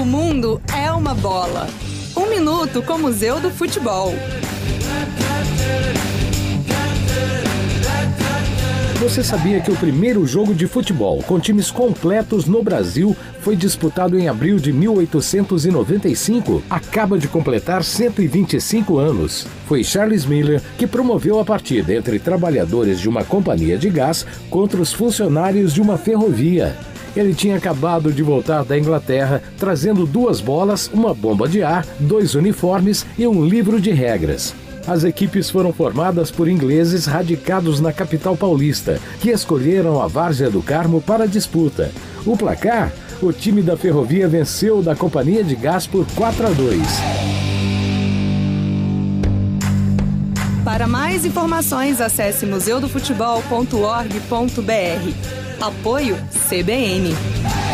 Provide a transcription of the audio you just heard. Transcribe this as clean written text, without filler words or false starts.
O mundo é uma bola. 1 minuto com o Museu do Futebol. Você sabia que o primeiro jogo de futebol com times completos no Brasil foi disputado em abril de 1895? Acaba de completar 125 anos. Foi Charles Miller que promoveu a partida entre trabalhadores de uma companhia de gás contra os funcionários de uma ferrovia. Ele tinha acabado de voltar da Inglaterra, trazendo 2 bolas, uma bomba de ar, 2 uniformes e um livro de regras. As equipes foram formadas por ingleses radicados na capital paulista, que escolheram a Várzea do Carmo para a disputa. O placar? O time da Ferrovia venceu da Companhia de Gás por 4-2. Para mais informações, acesse museudofutebol.org.br. Apoio CBN.